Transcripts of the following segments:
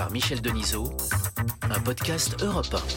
par Michel Denisot, un podcast Europe 1.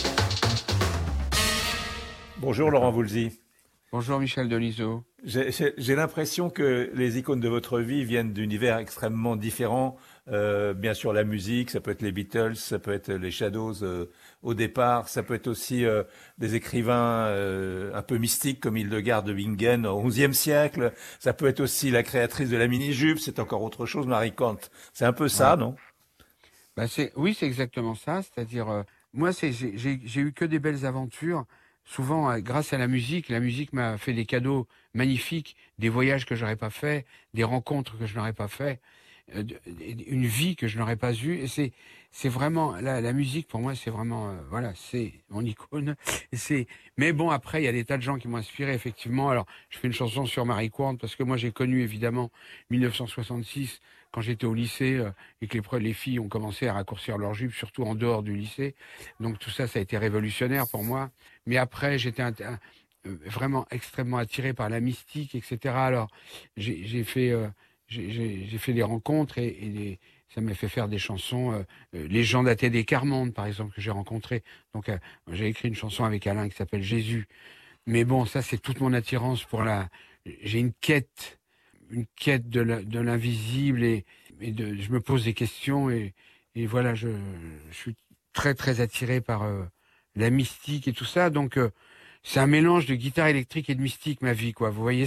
Bonjour Laurent Voulzy. Bonjour Michel Denisot. J'ai l'impression que les icônes de votre vie viennent d'univers extrêmement différents. Bien sûr la musique, ça peut être les Beatles, ça peut être les Shadows au départ, ça peut être aussi des écrivains un peu mystiques comme Hildegard de Bingen au XIe siècle. Ça peut être aussi la créatrice de la mini-jupe, c'est encore autre chose, Marie Kant. C'est un peu ça, non? Oui, c'est exactement ça. C'est-à-dire, moi, j'ai eu que des belles aventures. Souvent, grâce à la musique m'a fait des cadeaux magnifiques, des voyages que j'aurais pas fait, des rencontres que je n'aurais pas fait, une vie que je n'aurais pas eue. Et c'est vraiment la musique pour moi, c'est vraiment voilà, c'est mon icône. Mais bon, après, il y a des tas de gens qui m'ont inspiré effectivement. Alors, je fais une chanson sur Marie Quant parce que moi, j'ai connu évidemment 1966 quand j'étais au lycée et que les filles ont commencé à raccourcir leurs jupes, surtout en dehors du lycée. Donc tout ça, ça a été révolutionnaire pour moi. Mais après, j'étais vraiment extrêmement attiré par la mystique, etc. Alors, j'ai fait des rencontres et ça m'a fait faire des chansons. Les gens d'Athénée Carmonde, par exemple, que j'ai rencontrés. Donc, j'ai écrit une chanson avec Alain qui s'appelle Jésus. Mais bon, ça, c'est toute mon attirance pour J'ai une quête de l'invisible je me pose des questions et voilà, je suis très, très attiré par la mystique et tout ça. Donc, c'est un mélange de guitare électrique et de mystique, ma vie, quoi. Vous voyez,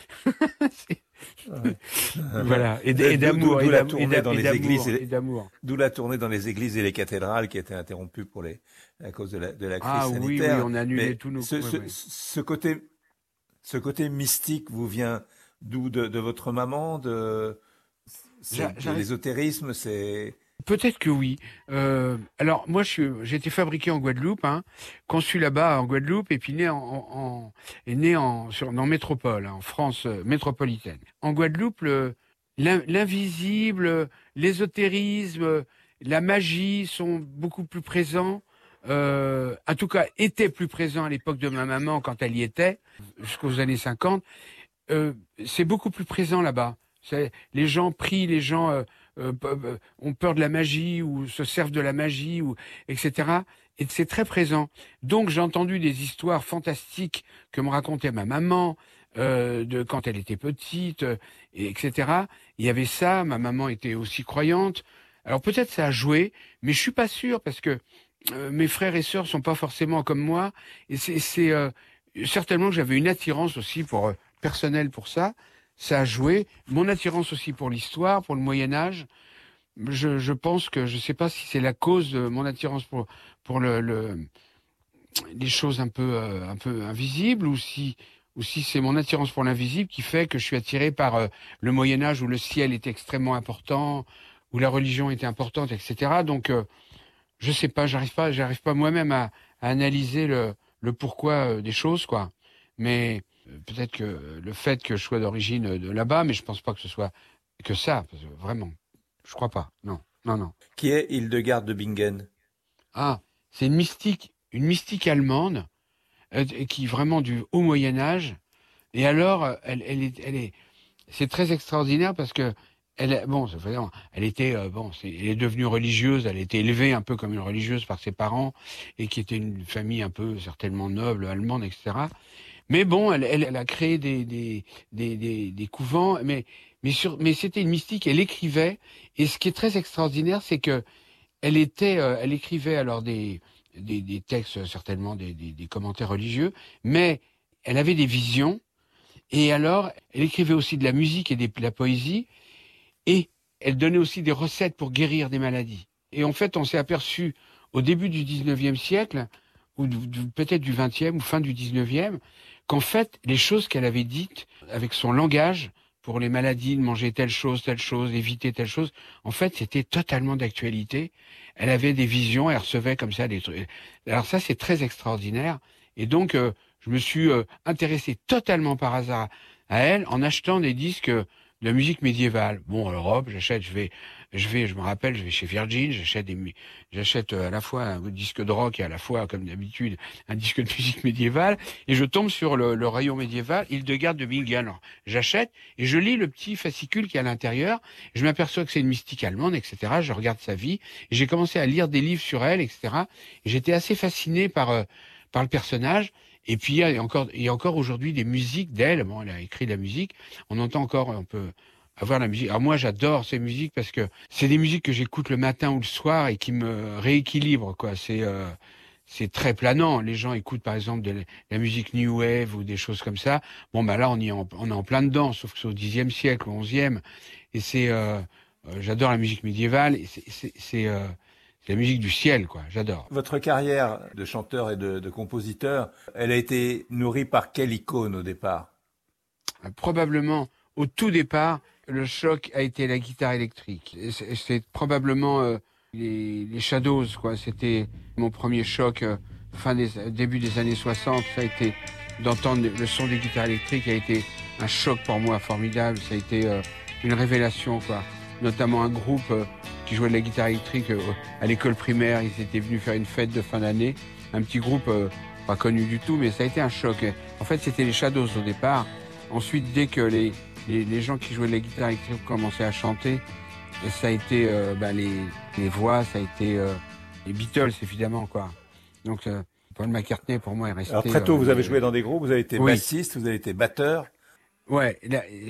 voilà. Et d'amour. D'où la tournée dans les églises et d'amour. D'où la tournée dans les églises et les cathédrales qui a été interrompue à cause de la crise Oui, sanitaire. on a annulé tous nos... Ce côté mystique vous vient d'où? De votre maman? De l'ésotérisme, c'est... Peut-être que oui. Alors moi, j'ai été fabriqué en Guadeloupe, conçu là-bas en Guadeloupe, et puis né en métropole, en France métropolitaine. En Guadeloupe, l'invisible, l'ésotérisme, la magie sont beaucoup plus présents. En tout cas, étaient plus présents à l'époque de ma maman quand elle y était, jusqu'aux années 50. C'est beaucoup plus présent là-bas. Les gens prient, les gens ont peur de la magie ou se servent de la magie, etc. Et c'est très présent. Donc j'ai entendu des histoires fantastiques que me racontait ma maman de quand elle était petite, etc. Il y avait ça. Ma maman était aussi croyante. Alors peut-être ça a joué, mais je suis pas sûr parce que mes frères et sœurs sont pas forcément comme moi. Et c'est certainement que j'avais une attirance aussi personnelle pour ça. Ça a joué. Mon attirance aussi pour l'histoire, pour le Moyen-Âge. Je pense que, je sais pas si c'est la cause de mon attirance pour les choses un peu invisibles ou si c'est mon attirance pour l'invisible qui fait que je suis attiré par le Moyen-Âge où le ciel était extrêmement important, où la religion était importante, etc. Donc, je sais pas, j'arrive pas moi-même à analyser le pourquoi des choses, quoi. Mais, peut-être que le fait que je sois d'origine de là-bas, mais je pense pas que ce soit que ça, parce que vraiment, je crois pas. Non. Qui est Hildegard de Bingen? Ah, c'est une mystique allemande qui est vraiment du haut Moyen Âge. Et alors, elle est, c'est très extraordinaire parce que elle est devenue religieuse. Elle a été élevée un peu comme une religieuse par ses parents et qui était une famille un peu certainement noble allemande, etc. Mais bon, elle a créé des couvents, mais c'était une mystique. Elle écrivait, et ce qui est très extraordinaire, c'est que elle écrivait alors des textes certainement des commentaires religieux, mais elle avait des visions, et alors elle écrivait aussi de la musique et de la poésie, et elle donnait aussi des recettes pour guérir des maladies. Et en fait, on s'est aperçu au début du 19e siècle, ou peut-être du 20e ou fin du 19e, qu'en fait, les choses qu'elle avait dites avec son langage pour les maladies, de manger telle chose, éviter telle chose, en fait, c'était totalement d'actualité. Elle avait des visions, elle recevait comme ça des trucs. Alors ça, c'est très extraordinaire. Et donc, je me suis intéressé totalement par hasard à elle en achetant des disques de la musique médiévale. Bon, en Europe, j'achète, je me rappelle, je vais chez Virgin, j'achète à la fois un disque de rock et à la fois, comme d'habitude, un disque de musique médiévale, et je tombe sur le rayon médiéval, Hildegarde de Bingen. Alors, j'achète et je lis le petit fascicule qui est à l'intérieur. Je m'aperçois que c'est une mystique allemande, etc. Je regarde sa vie et j'ai commencé à lire des livres sur elle, etc. Et j'étais assez fasciné par le personnage. Et puis il y a encore aujourd'hui des musiques d'elle. Bon, elle a écrit de la musique. On entend encore, on peut avoir la musique. Alors moi, j'adore ces musiques parce que c'est des musiques que j'écoute le matin ou le soir et qui me rééquilibrent, quoi. C'est très planant. Les gens écoutent par exemple de la musique New Wave ou des choses comme ça. Bon, bah là, on est en plein dedans, sauf que c'est au Xe siècle, au XIe. Et j'adore la musique médiévale. Et c'est la musique du ciel, quoi. J'adore. Votre carrière de chanteur et de compositeur, elle a été nourrie par quelle icône au départ? Probablement, au tout départ, le choc a été la guitare électrique. C'est probablement les Shadows, quoi. C'était mon premier choc, début des années 60. Ça a été d'entendre le son des guitares électriques a été un choc pour moi formidable. Ça a été une révélation, quoi. Notamment un groupe qui jouait de la guitare électrique à l'école primaire. Ils étaient venus faire une fête de fin d'année. Un petit groupe pas connu du tout, mais ça a été un choc. En fait, c'était les Shadows au départ. Ensuite, dès que les gens qui jouaient de la guitare électrique commençaient à chanter, ça a été les voix, ça a été les Beatles, évidemment, quoi. Donc, Paul McCartney, pour moi, est resté... Alors, très tôt, vous avez joué dans des groupes, vous avez été oui. bassiste, vous avez été batteur. Ouais.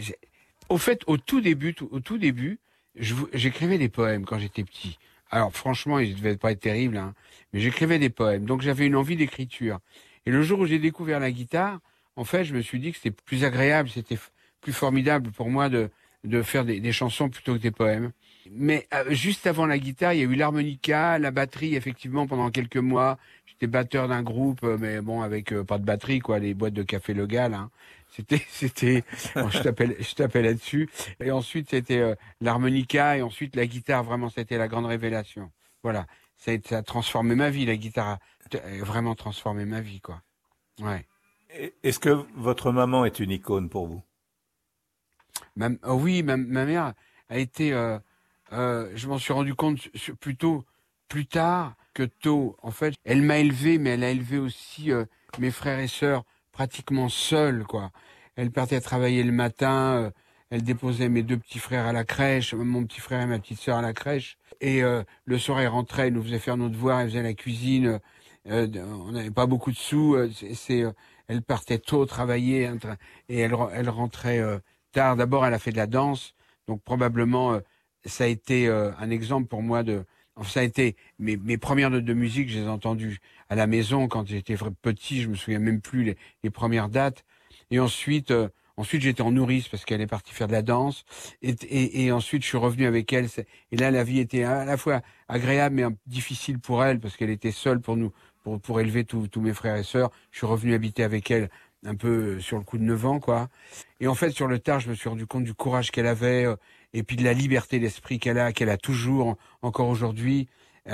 Au fait, au tout début, j'écrivais des poèmes quand j'étais petit. Alors, franchement, ils ne devaient pas être terribles, hein, mais j'écrivais des poèmes. Donc, j'avais une envie d'écriture. Et le jour où j'ai découvert la guitare, en fait, je me suis dit que c'était plus agréable, c'était plus formidable pour moi de faire des chansons plutôt que des poèmes. Mais juste avant la guitare, il y a eu l'harmonica, la batterie, effectivement, pendant quelques mois. J'étais batteur d'un groupe, mais bon, avec pas de batterie, quoi, les boîtes de café Le Gall, hein. Bon, je tapais là-dessus. Et ensuite, c'était l'harmonica, et ensuite la guitare, vraiment, c'était la grande révélation. Voilà. Ça a transformé ma vie, la guitare a vraiment transformé ma vie, quoi. Ouais. Est-ce que votre maman est une icône pour vous? Oui, ma mère a été... je m'en suis rendu compte plutôt plus tard que tôt. En fait, elle m'a élevé, mais elle a élevé aussi mes frères et sœurs pratiquement seuls, quoi. Elle partait travailler le matin, elle déposait mes deux petits frères à la crèche, mon petit frère et ma petite sœur à la crèche. Et le soir, elle rentrait, elle nous faisait faire nos devoirs, elle faisait la cuisine. On n'avait pas beaucoup de sous. Elle partait tôt travailler et elle rentrait tard. D'abord, elle a fait de la danse, donc probablement ça a été un exemple pour moi ça a été mes premières notes de musique, je les ai entendues à la maison quand j'étais petit. Je me souviens même plus les premières dates. Et ensuite j'étais en nourrice parce qu'elle est partie faire de la danse. Et ensuite, je suis revenu avec elle. Et là, la vie était à la fois agréable mais difficile pour elle parce qu'elle était seule pour élever tous mes frères et sœurs. Je suis revenu habiter avec elle un peu sur le coup de 9 ans, quoi. Et en fait, sur le tard, je me suis rendu compte du courage qu'elle avait et puis de la liberté d'esprit qu'elle a toujours, encore aujourd'hui.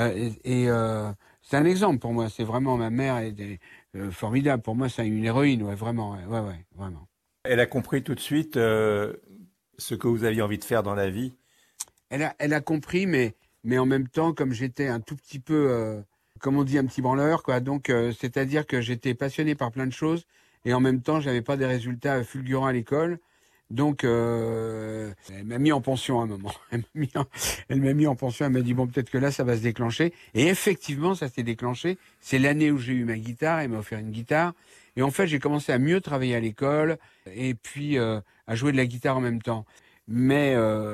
C'est un exemple pour moi. C'est vraiment, ma mère est formidable. Pour moi, c'est une héroïne, ouais, vraiment. Ouais, vraiment. Elle a compris tout de suite ce que vous aviez envie de faire dans la vie? Elle a compris, mais en même temps, comme j'étais un tout petit peu, comme on dit, un petit branleur, quoi. Donc, c'est-à-dire que j'étais passionné par plein de choses et en même temps, j'avais pas des résultats fulgurants à l'école. Donc, elle m'a mis en pension à un moment. Elle m'a mis en pension. Elle m'a dit bon, peut-être que là, ça va se déclencher. Et effectivement, ça s'est déclenché. C'est l'année où j'ai eu ma guitare. Elle m'a offert une guitare. Et en fait, j'ai commencé à mieux travailler à l'école et puis à jouer de la guitare en même temps. Mais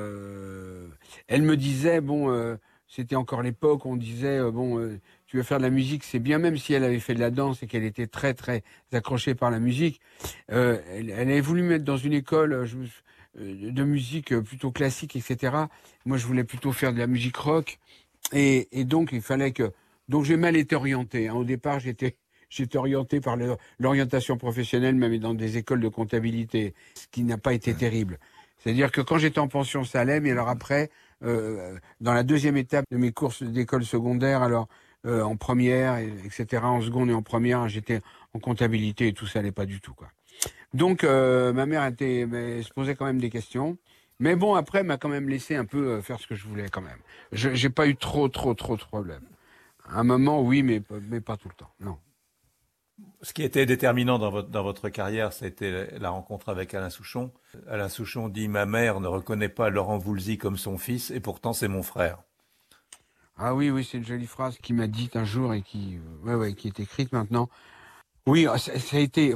elle me disait bon, c'était encore l'époque où on disait tu veux faire de la musique, c'est bien, même si elle avait fait de la danse et qu'elle était très très accrochée par la musique. Elle avait voulu me mettre dans une école de musique plutôt classique, etc. Moi, je voulais plutôt faire de la musique rock, et donc il fallait que... Donc j'ai mal été orienté, hein. Au départ, j'étais orienté par l'orientation professionnelle, même dans des écoles de comptabilité, ce qui n'a pas été terrible. C'est-à-dire que quand j'étais en pension, ça allait, mais alors après, dans la deuxième étape de mes courses d'école secondaire, alors en première, etc., en seconde et en première, j'étais en comptabilité et tout ça allait pas du tout, quoi. Donc ma mère se posait quand même des questions, Mais bon, après, m'a quand même laissé un peu faire ce que je voulais quand même. J'ai pas eu trop de problèmes. À un moment, oui, mais pas tout le temps. Non. Ce qui était déterminant dans votre carrière, c'était la rencontre avec Alain Souchon. Alain Souchon dit « Ma mère ne reconnaît pas Laurent Voulzy comme son fils, et pourtant c'est mon frère ». Ah oui, c'est une jolie phrase qu'il m'a dite un jour et qui est écrite maintenant. Oui, ça a été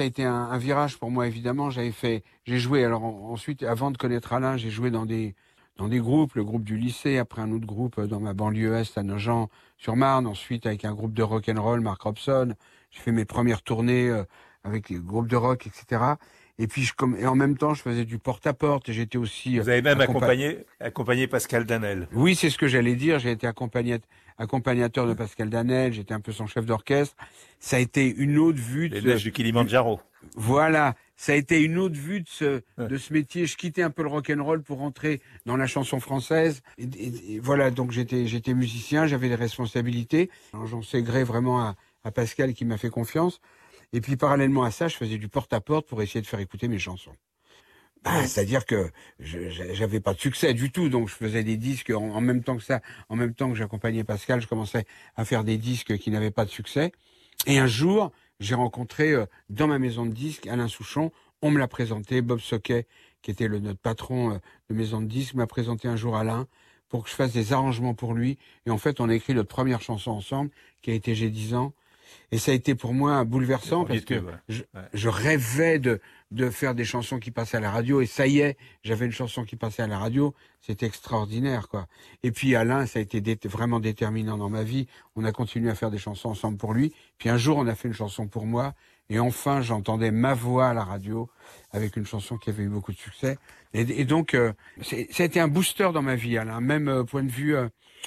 un virage pour moi, évidemment. J'ai joué, alors ensuite, avant de connaître Alain, j'ai joué dans des groupes, le groupe du lycée, après un autre groupe dans ma banlieue est à Nogent-sur-Marne, ensuite avec un groupe de rock'n'roll, Mark Robson. J'ai fait mes premières tournées avec les groupes de rock, etc. Et puis, et en même temps, je faisais du porte-à-porte et j'étais aussi... Vous avez même accompagné Pascal Danel. Oui, c'est ce que j'allais dire. J'ai été accompagnateur de Pascal Danel, j'étais un peu son chef d'orchestre. Ça a été une autre vue Les neiges du Kilimandjaro. Voilà, ça a été une autre vue de ce métier. Je quittais un peu le rock'n'roll pour rentrer dans la chanson française. Et voilà, donc j'étais musicien, j'avais des responsabilités. J'en sais gré vraiment à Pascal qui m'a fait confiance. Et puis parallèlement à ça, je faisais du porte-à-porte pour essayer de faire écouter mes chansons. C'est-à-dire que j'avais pas de succès du tout, donc je faisais des disques en même temps que ça, en même temps que j'accompagnais Pascal, je commençais à faire des disques qui n'avaient pas de succès. Et un jour, j'ai rencontré dans ma maison de disques Alain Souchon. On me l'a présenté, Bob Soquet, qui était notre patron de maison de disques, m'a présenté un jour Alain pour que je fasse des arrangements pour lui. Et en fait, on a écrit notre première chanson ensemble, qui a été J'ai 10 ans. Et ça a été pour moi bouleversant parce que je rêvais de faire des chansons qui passaient à la radio. Et ça y est, j'avais une chanson qui passait à la radio. C'était extraordinaire, quoi. Et puis Alain, ça a été vraiment déterminant dans ma vie. On a continué à faire des chansons ensemble pour lui. Puis un jour, on a fait une chanson pour moi. Et enfin, j'entendais ma voix à la radio avec une chanson qui avait eu beaucoup de succès. Et donc, ça a été un booster dans ma vie, Alain. Même point de vue...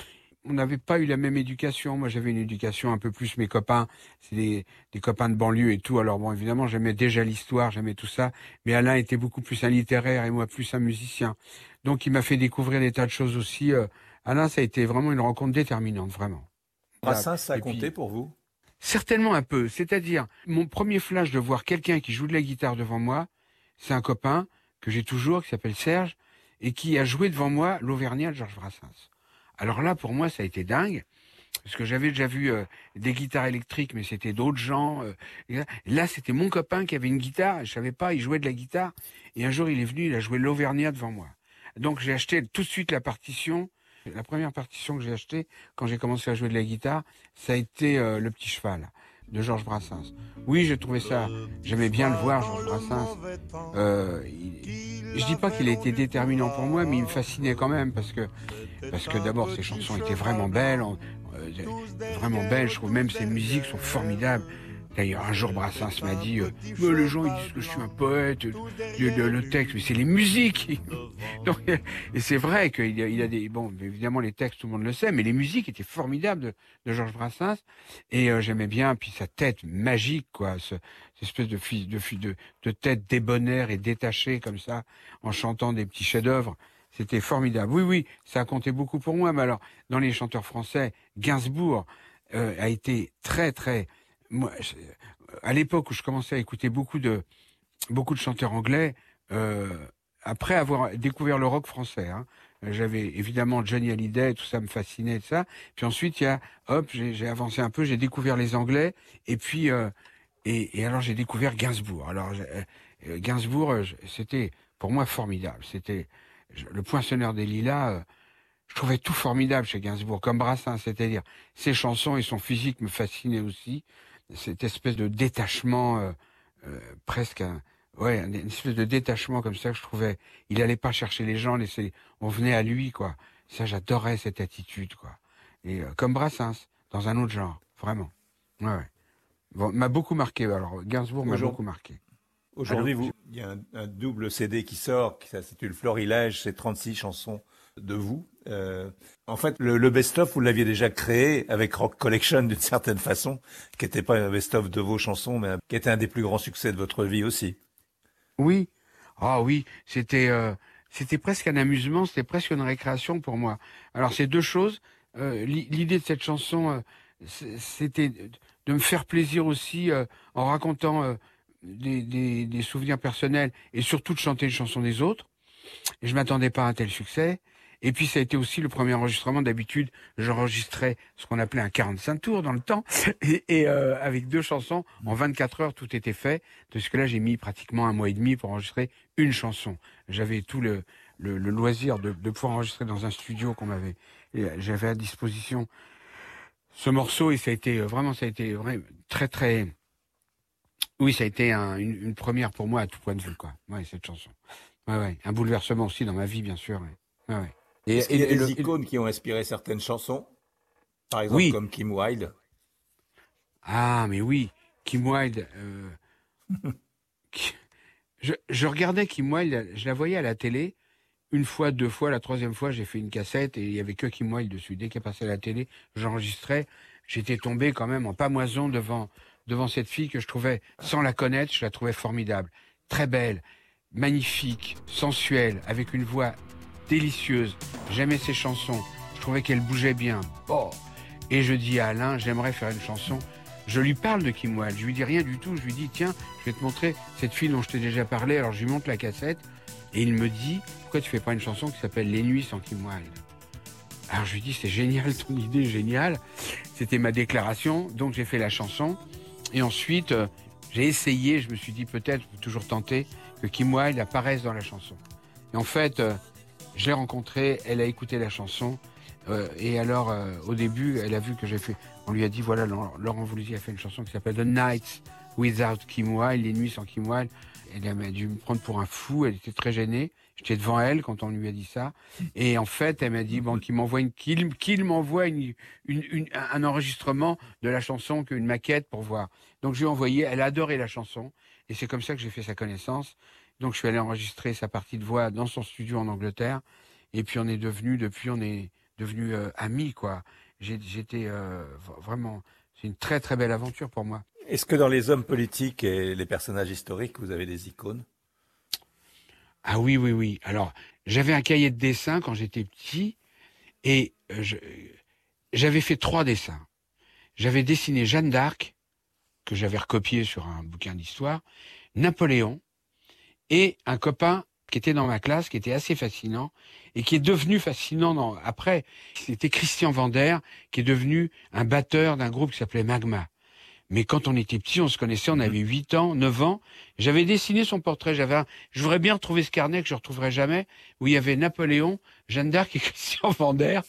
on n'avait pas eu la même éducation. Moi, j'avais une éducation un peu plus mes copains. C'est des copains de banlieue et tout. Alors bon, évidemment, j'aimais déjà l'histoire, j'aimais tout ça. Mais Alain était beaucoup plus un littéraire et moi plus un musicien. Donc, il m'a fait découvrir des tas de choses aussi. Alain, ça a été vraiment une rencontre déterminante, vraiment. Brassens, ça a compté pour vous? Certainement un peu. C'est-à-dire, mon premier flash de voir quelqu'un qui joue de la guitare devant moi, c'est un copain que j'ai toujours, qui s'appelle Serge, et qui a joué devant moi l'Auvergnat de Georges Brassens. Alors là, pour moi, ça a été dingue, parce que j'avais déjà vu des guitares électriques, mais c'était d'autres gens. Là, c'était mon copain qui avait une guitare, je savais pas, il jouait de la guitare, et un jour, il est venu, il a joué l'Auvergnat devant moi. Donc, j'ai acheté tout de suite la partition. La première partition que j'ai achetée, quand j'ai commencé à jouer de la guitare, ça a été Le Petit Cheval, de Georges Brassens. Oui, j'ai trouvé ça, j'aimais bien le voir, Georges Brassens. Je dis pas qu'il a été déterminant pour moi, mais il me fascinait quand même, parce que d'abord, ses chansons étaient vraiment belles, je trouve même ses musiques sont formidables. D'ailleurs, un jour, Brassens m'a dit les gens, ils disent que je suis un poète, le texte, mais c'est les musiques. Donc, et c'est vrai qu'il a des... Bon, évidemment, les textes, tout le monde le sait, mais les musiques étaient formidables de Georges Brassens. Et j'aimais bien, puis sa tête magique, quoi, cette espèce de tête débonnaire et détachée, comme ça, en chantant des petits chefs-d'œuvre. C'était formidable. Oui, ça a compté beaucoup pour moi. Mais alors, dans les chanteurs français, Gainsbourg a été très, très... Moi, à l'époque où je commençais à écouter beaucoup de chanteurs anglais, après avoir découvert le rock français, j'avais évidemment Johnny Hallyday, tout ça me fascinait, tout ça. Puis ensuite, j'ai avancé un peu, j'ai découvert les Anglais, et puis et alors j'ai découvert Gainsbourg. Alors Gainsbourg, c'était pour moi formidable. C'était le Poinçonneur des Lilas. Je trouvais tout formidable chez Gainsbourg, comme Brassens, c'est-à-dire ses chansons et son physique me fascinaient aussi. Cette espèce de détachement, presque, une espèce de détachement comme ça que je trouvais. Il allait pas chercher les gens, on venait à lui, quoi. Ça, j'adorais cette attitude, quoi. Et comme Brassens, dans un autre genre, vraiment. Ouais. Bon, m'a beaucoup marqué. Alors Gainsbourg m'a beaucoup marqué. Aujourd'hui, il y a un double CD qui sort, qui s'intitule Florilège, c'est 36 chansons de vous. En fait, le best-of, vous l'aviez déjà créé avec Rock Collection d'une certaine façon, qui n'était pas un best-of de vos chansons, mais qui était un des plus grands succès de votre vie aussi. Oui. Ah oui, c'était presque un amusement, c'était presque une récréation pour moi. Alors, c'est deux choses. L'idée de cette chanson, c'était de me faire plaisir aussi en racontant des souvenirs personnels et surtout de chanter les chansons des autres. Et je m'attendais pas à un tel succès. Et puis ça a été aussi le premier enregistrement. D'habitude, j'enregistrais ce qu'on appelait un 45 tours dans le temps, et avec 2 chansons, en 24 heures, tout était fait. Parce que là, j'ai mis pratiquement 1 mois et demi pour enregistrer une chanson. J'avais tout le loisir de pouvoir enregistrer dans un studio j'avais à disposition ce morceau, et ça a été vraiment très très. Oui, ça a été une première pour moi à tout point de vue, quoi. Ouais, cette chanson. Ouais. Un bouleversement aussi dans ma vie, bien sûr. Ouais. Est-ce qu'il y a des icônes qui ont inspiré certaines chansons? Par exemple, oui. comme Kim Wilde. Ah, mais oui. Kim Wilde. Je regardais Kim Wilde, je la voyais à la télé, 1 fois, 2 fois, la 3e fois, j'ai fait une cassette et il y avait que Kim Wilde dessus. Dès qu'elle passait à la télé, j'enregistrais. J'étais tombé quand même en pamoison devant cette fille que je trouvais, sans la connaître, je la trouvais formidable. Très belle, magnifique, sensuelle, avec une voix délicieuse. J'aimais ses chansons. Je trouvais qu'elle bougeait bien. Oh. Et je dis à Alain, j'aimerais faire une chanson. Je lui parle de Kim Wilde. Je lui dis rien du tout. Je lui dis, tiens, je vais te montrer cette fille dont je t'ai déjà parlé. Alors je lui montre la cassette. Et il me dit, pourquoi tu fais pas une chanson qui s'appelle Les Nuits sans Kim Wilde? Alors je lui dis, c'est génial, ton idée est géniale. C'était ma déclaration. Donc j'ai fait la chanson. Et ensuite, j'ai essayé. Je me suis dit, peut-être, je peux toujours tenter que Kim Wilde apparaisse dans la chanson. Et en fait, je l'ai rencontrée, elle a écouté la chanson, et alors au début, elle a vu que j'ai fait. On lui a dit voilà, Laurent Voulzy a fait une chanson qui s'appelle The Nights Without Kim Wilde, les nuits sans Kim Wilde. Elle a dû me prendre pour un fou, elle était très gênée. J'étais devant elle quand on lui a dit ça, et en fait, elle m'a dit bon qu'il m'envoie un enregistrement de la chanson, une maquette pour voir. Donc je lui ai envoyé. Elle a adoré la chanson, et c'est comme ça que j'ai fait sa connaissance. Donc je suis allé enregistrer sa partie de voix dans son studio en Angleterre, et puis on est devenus amis, quoi. J'étais vraiment, c'est une très très belle aventure pour moi. Est-ce que dans les hommes politiques et les personnages historiques, vous avez des icônes? Ah oui. Alors j'avais un cahier de dessin quand j'étais petit, et j'avais fait 3 dessins. J'avais dessiné Jeanne d'Arc, que j'avais recopié sur un bouquin d'histoire, Napoléon, et un copain qui était dans ma classe, qui était assez fascinant, et qui est devenu fascinant après. C'était Christian Vander, qui est devenu un batteur d'un groupe qui s'appelait Magma. Mais quand on était petit, on se connaissait, on avait 8 ans, 9 ans. J'avais dessiné son portrait. Je voudrais bien retrouver ce carnet que je ne retrouverai jamais, où il y avait Napoléon, Jeanne d'Arc et Christian Vander.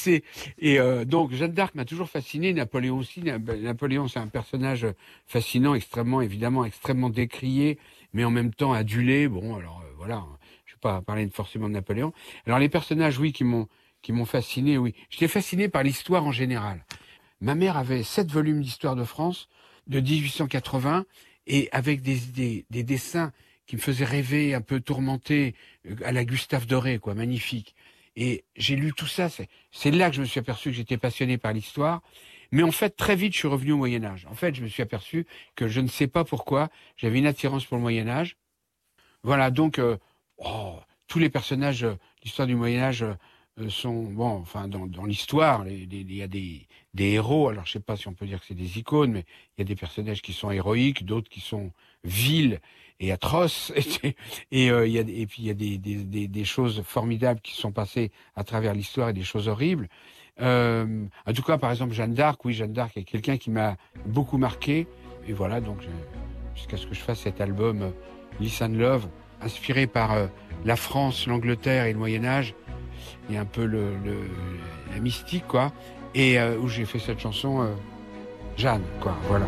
Donc Jeanne d'Arc m'a toujours fasciné, Napoléon aussi. Napoléon, c'est un personnage fascinant, évidemment extrêmement décrié, mais en même temps adulé. Bon, alors voilà, je ne vais pas parler forcément de Napoléon. Alors les personnages, oui, qui m'ont fasciné, oui. J'étais fasciné par l'histoire en général. Ma mère avait 7 volumes d'histoire de France de 1880, et avec des dessins qui me faisaient rêver, un peu tourmentés, à la Gustave Doré, quoi, magnifique. Et j'ai lu tout ça. C'est là que je me suis aperçu que j'étais passionné par l'histoire. Mais en fait, très vite, je suis revenu au Moyen-Âge. En fait, je me suis aperçu que je ne sais pas pourquoi, j'avais une attirance pour le Moyen-Âge. Voilà, donc, tous les personnages de l'histoire du Moyen-Âge sont, bon, enfin, dans l'histoire, il y a des héros. Alors, je sais pas si on peut dire que c'est des icônes, mais il y a des personnages qui sont héroïques, d'autres qui sont vils et atroces. Et puis, il y a des choses formidables qui sont passées à travers l'histoire, et des choses horribles. En tout cas, par exemple, Jeanne d'Arc, oui, Jeanne d'Arc est quelqu'un qui m'a beaucoup marqué. Et voilà, donc, jusqu'à ce que je fasse cet album Listen Love, inspiré par la France, l'Angleterre et le Moyen-Âge, et un peu la mystique, quoi, et où j'ai fait cette chanson Jeanne, quoi, voilà.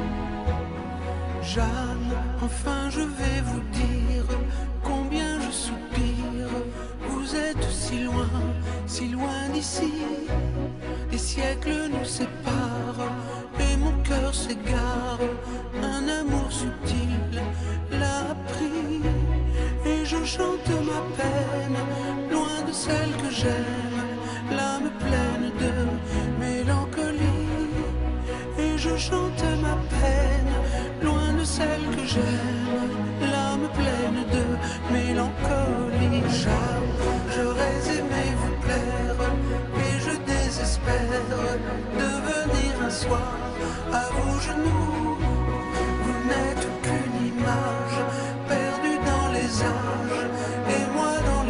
Jeanne, enfin je vais vous dire combien je soupire. Vous êtes si loin d'ici. Des siècles nous séparent et mon cœur s'égare. Un amour subtil l'a pris, et je chante ma peine, loin de celle que j'aime, l'âme pleine de mélancolie. Et je chante ma peine, loin de celle que j'aime, l'âme pleine de mélancolie. J'aurais aimé vous plaire, et je désespère devenir un soir à vos genoux. Vous n'êtes qu'une image perdue dans les âges, et moi dans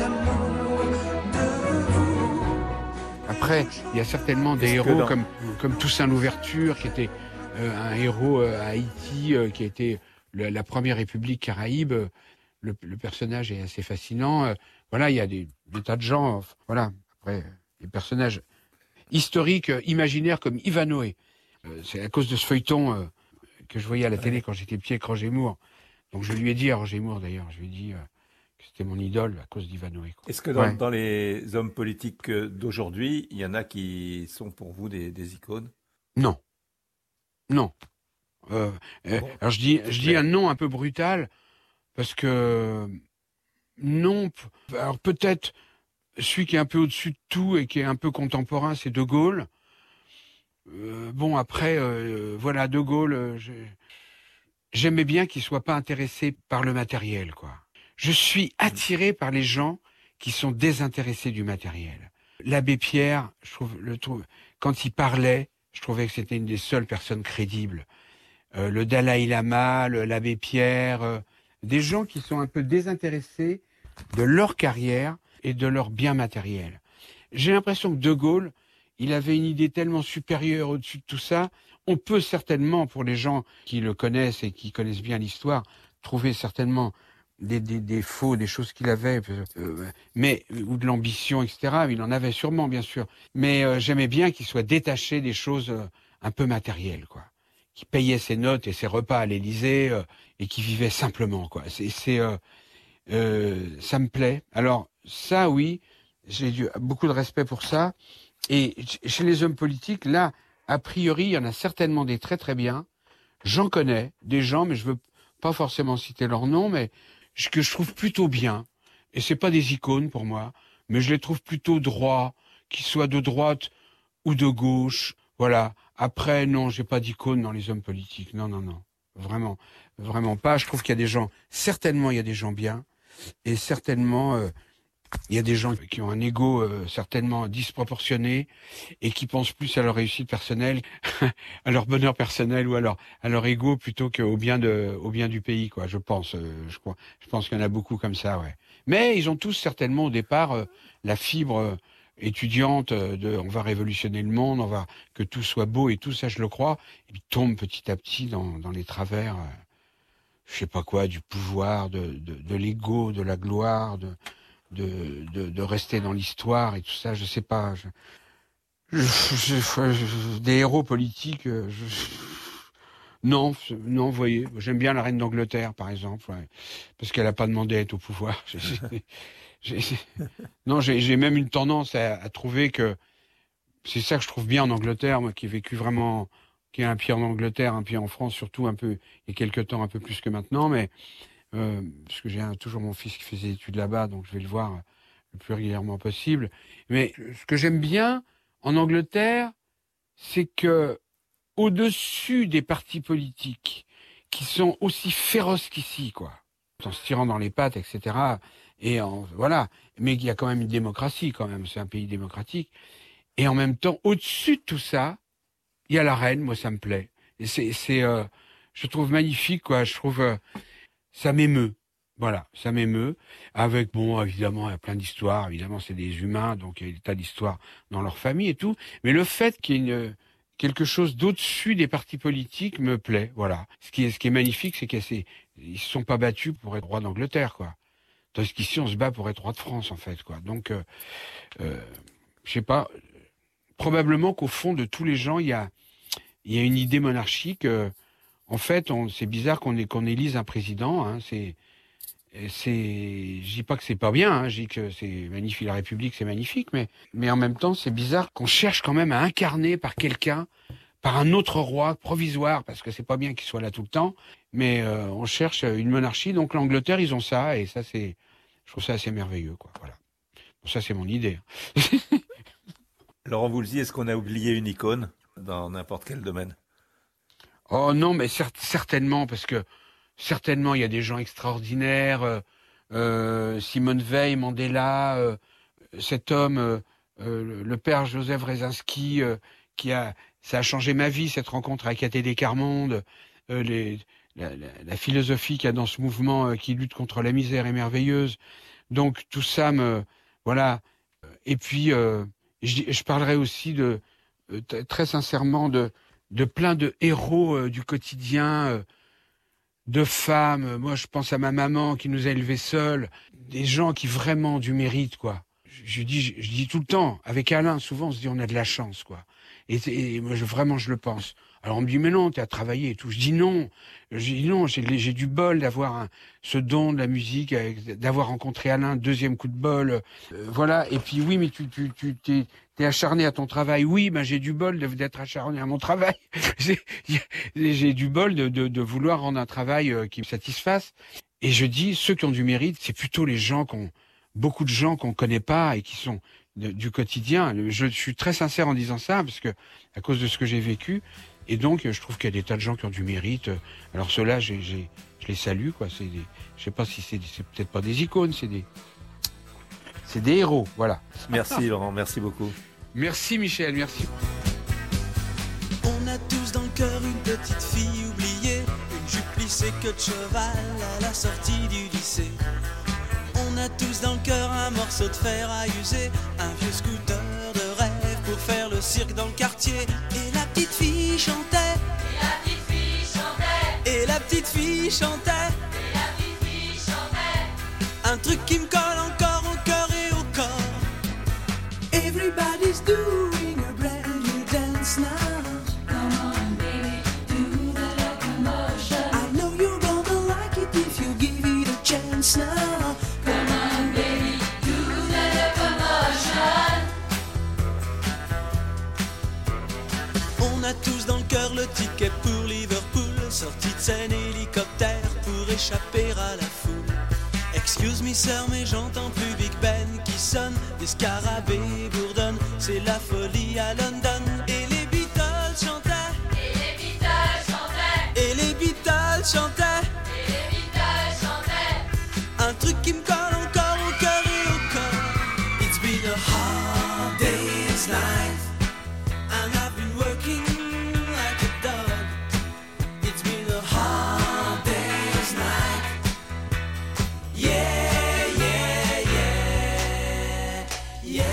après, il y a certainement des héros comme Toussaint Louverture, qui était un héros à Haïti, qui a été la première république caraïbe. Le personnage est assez fascinant. Voilà, il y a des tas de gens. Voilà, après, des personnages historiques, imaginaires comme Ivanhoé. C'est à cause de ce feuilleton que je voyais à la télé quand j'étais petit avec Roger Moore. Donc je lui ai dit à Roger Moore, d'ailleurs, je lui ai dit que c'était mon idole à cause d'Ivanhoé. Est-ce que dans les hommes politiques d'aujourd'hui, il y en a qui sont pour vous des icônes? Non. Non. Alors je dis un non un peu brutal, parce que non. Alors peut-être celui qui est un peu au-dessus de tout et qui est un peu contemporain, c'est De Gaulle. Bon, après, voilà, De Gaulle, j'aimais bien qu'il soit pas intéressé par le matériel, quoi. Je suis attiré par les gens qui sont désintéressés du matériel. L'abbé Pierre, je trouve, quand il parlait, je trouvais que c'était une des seules personnes crédibles. Le Dalai Lama, l'abbé Pierre, des gens qui sont un peu désintéressés de leur carrière et de leur bien matériel. J'ai l'impression que De Gaulle, il avait une idée tellement supérieure au-dessus de tout ça. On peut certainement, pour les gens qui le connaissent et qui connaissent bien l'histoire, trouver certainement des faux, des choses qu'il avait, mais ou de l'ambition, etc. Il en avait sûrement, bien sûr. Mais j'aimais bien qu'il soit détaché des choses un peu matérielles, quoi. Qui payait ses notes et ses repas à l'Élysée et qui vivait simplement, quoi. Ça me plaît. Alors ça, oui, j'ai beaucoup de respect pour ça. Et chez les hommes politiques, là, a priori, il y en a certainement des très très bien. J'en connais des gens, mais je veux pas forcément citer leur nom, mais que je trouve plutôt bien. Et c'est pas des icônes pour moi, mais je les trouve plutôt droits, qu'ils soient de droite ou de gauche. Voilà. Après, non, j'ai pas d'icône dans les hommes politiques. Non, non, non. Vraiment, vraiment pas. Je trouve qu'il y a des gens, certainement il y a des gens bien, et certainement il y a des gens qui ont un ego certainement disproportionné et qui pensent plus à leur réussite personnelle, à leur bonheur personnel ou à leur ego plutôt qu'au bien du pays, quoi. Je pense qu'il y en a beaucoup comme ça, ouais. Mais ils ont tous certainement au départ la fibre étudiante on va révolutionner le monde, que tout soit beau et tout ça, je le crois. Et puis tombent petit à petit dans les travers, je sais pas quoi, du pouvoir, de l'ego, de la gloire, de rester dans l'histoire et tout ça, je sais pas. Des héros politiques, non, vous voyez, j'aime bien la reine d'Angleterre, par exemple, ouais, parce qu'elle a pas demandé à être au pouvoir. Non, j'ai même une tendance à trouver que c'est ça que je trouve bien en Angleterre, moi qui ai vécu vraiment, qui ai un pied en Angleterre, un pied en France, surtout un peu, il y a quelques temps, un peu plus que maintenant, mais parce que j'ai toujours mon fils qui fait ses études là-bas, donc je vais le voir le plus régulièrement possible. Mais ce que j'aime bien en Angleterre, c'est que au-dessus des partis politiques qui sont aussi féroces qu'ici, quoi, en se tirant dans les pattes, etc. Voilà. Mais il y a quand même une démocratie, quand même. C'est un pays démocratique. Et en même temps, au-dessus de tout ça, il y a la reine. Moi, ça me plaît. Et je trouve magnifique, quoi. Je trouve, ça m'émeut. Voilà, ça m'émeut. Avec, bon, évidemment, il y a plein d'histoires. Évidemment, c'est des humains, donc il y a des tas d'histoires dans leur famille et tout. Mais le fait qu'il y ait quelque chose d'au-dessus des partis politiques me plaît. Voilà. Ce qui est magnifique, c'est qu'ils se sont pas battus pour être roi d'Angleterre, quoi. Tandis qu'ici, on se bat pour être roi de France, en fait, quoi. Donc, je sais pas. Probablement qu'au fond de tous les gens, il y a une idée monarchique. En fait, c'est bizarre qu'on élise un président. Hein, je dis pas que c'est pas bien. Hein, je dis que c'est magnifique. La République, c'est magnifique, mais en même temps, c'est bizarre qu'on cherche quand même à incarner par quelqu'un, par un autre roi provisoire, parce que c'est pas bien qu'il soit là tout le temps. Mais on cherche une monarchie. Donc l'Angleterre, ils ont ça, et ça, je trouve ça assez merveilleux, quoi. Voilà. Bon, ça, c'est mon idée. Laurent Voulzy, est-ce qu'on a oublié une icône dans n'importe quel domaine? Oh non, mais certainement, parce que certainement, il y a des gens extraordinaires. Simone Veil, Mandela, cet homme, le père Joseph Rezinski, ça a changé ma vie, cette rencontre avec Athé Descarmonde, la philosophie qu'il y a dans ce mouvement qui lutte contre la misère est merveilleuse. Donc tout ça voilà. Et puis Je parlerai aussi très sincèrement de plein de héros du quotidien, de femmes. Moi, je pense à ma maman qui nous a élevés seuls, des gens qui vraiment ont du mérite, quoi. Je dis tout le temps, avec Alain, souvent on se dit on a de la chance, quoi. Et moi, vraiment, je le pense. Alors on me dit mais non, tu as travaillé et tout. Je dis non, j'ai du bol d'avoir ce don de la musique, d'avoir rencontré Alain, deuxième coup de bol, voilà. Et puis oui, mais tu t'es acharné à ton travail. Oui, ben j'ai du bol d'être acharné à mon travail. j'ai du bol de vouloir rendre un travail qui me satisfasse. Et je dis, ceux qui ont du mérite, c'est plutôt les gens beaucoup de gens qu'on connaît pas et qui sont du quotidien. Je suis très sincère en disant ça parce que à cause de ce que j'ai vécu. Et donc, je trouve qu'il y a des tas de gens qui ont du mérite. Alors ceux-là, je les salue, quoi. Je sais pas si c'est peut-être pas des icônes, c'est des héros, voilà. Merci Laurent, merci beaucoup. Merci Michel, merci. On a tous dans le cœur une petite fille oubliée, une jupe plissée queue de cheval à la sortie du lycée. On a tous dans le cœur un morceau de fer à user, un vieux scooter de rêve pour faire le cirque dans le quartier. Et la petite fille chantait, et la petite fille chantait, et la petite fille chantait, et la petite fille chantait, un truc qui me colle encore au cœur et au corps. Everybody's doing a brand new dance now. Come on baby, do the locomotion. I know you're gonna like it if you give it a chance now. Come on baby, do the locomotion. On a tous dans le cœur le ticket pour Liverpool, sortie de scène hélicoptère pour échapper à la foule. Excuse me sir, mais j'entends plus Big Ben qui sonne, des scarabées bourdonnent, c'est la folie à London. Et les Beatles chantaient, et les Beatles chantaient, et les Beatles chantaient, et les Beatles chantaient, un truc qui me colle encore au cœur et au corps. It's been a hard day's night, and I've been working like a dog. It's been a hard day's night. Yeah, yeah, yeah, yeah.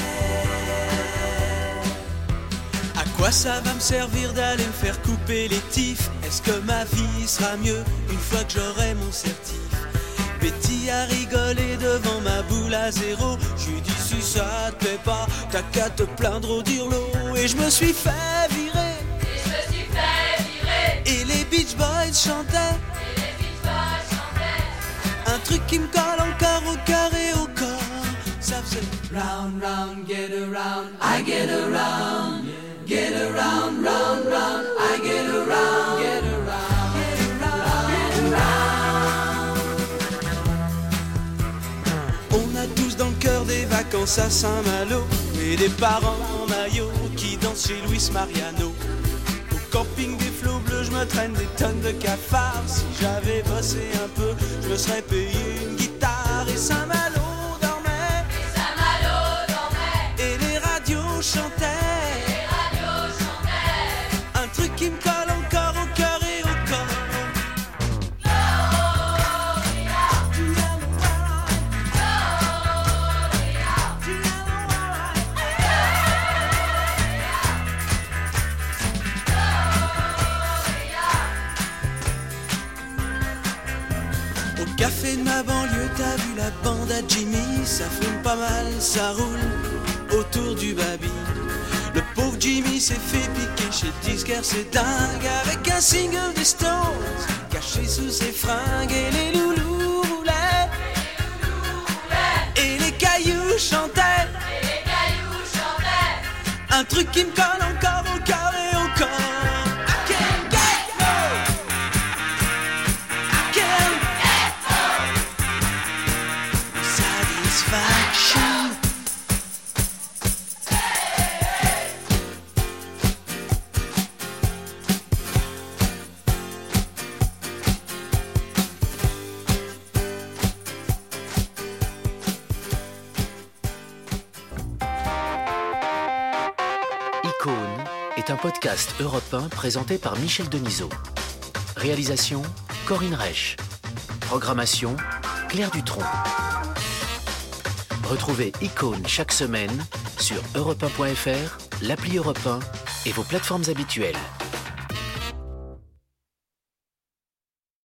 À quoi ça va me servir d'aller me faire couper les tifs? Est-ce que ma vie sera mieux une fois que j'aurai mon certif? Betty a rigolé devant ma boule à zéro. J'lui dit si ça te plaît pas, t'as qu'à te plaindre au dirlo. Et je me suis fait virer, et je me suis fait virer. Et les Beach Boys chantaient, et les Beach Boys chantaient, un truc qui me colle encore au cœur et au corps. Ça faisait round, round, get around, I get around, get around, round, round, I get around, get around, get around, get around. On a tous dans le cœur des vacances à Saint-Malo et des parents en maillot qui dansent chez Luis Mariano. Au camping des flots bleus, je me traîne des tonnes de cafards. Si j'avais bossé un peu, je me serais payé une guitare. Et Saint-Malo dormait, et Saint-Malo dormait, et les radios chantaient, et les radios chantaient, un truc qui me colle encore au cœur et au corps. Au café de ma banlieue, t'as vu la bande à Jimmy, ça fume pas mal, ça roule autour du baby. Le pauvre Jimmy s'est fait piquer chez le disquaire, c'est dingue, avec un single des Stones caché sous ses fringues. Et les loulous roulaient, et les cailloux chantaient, et les cailloux chantaient, un truc qui me colle encore au cœur et au corps. I can't get no, I can't satisfaction. Icône est un podcast Europe 1 présenté par Michel Denisot. Réalisation Corinne Reich. Programmation Claire Dutronc. Retrouvez Icône chaque semaine sur europe1.fr, l'appli Europe 1 et vos plateformes habituelles.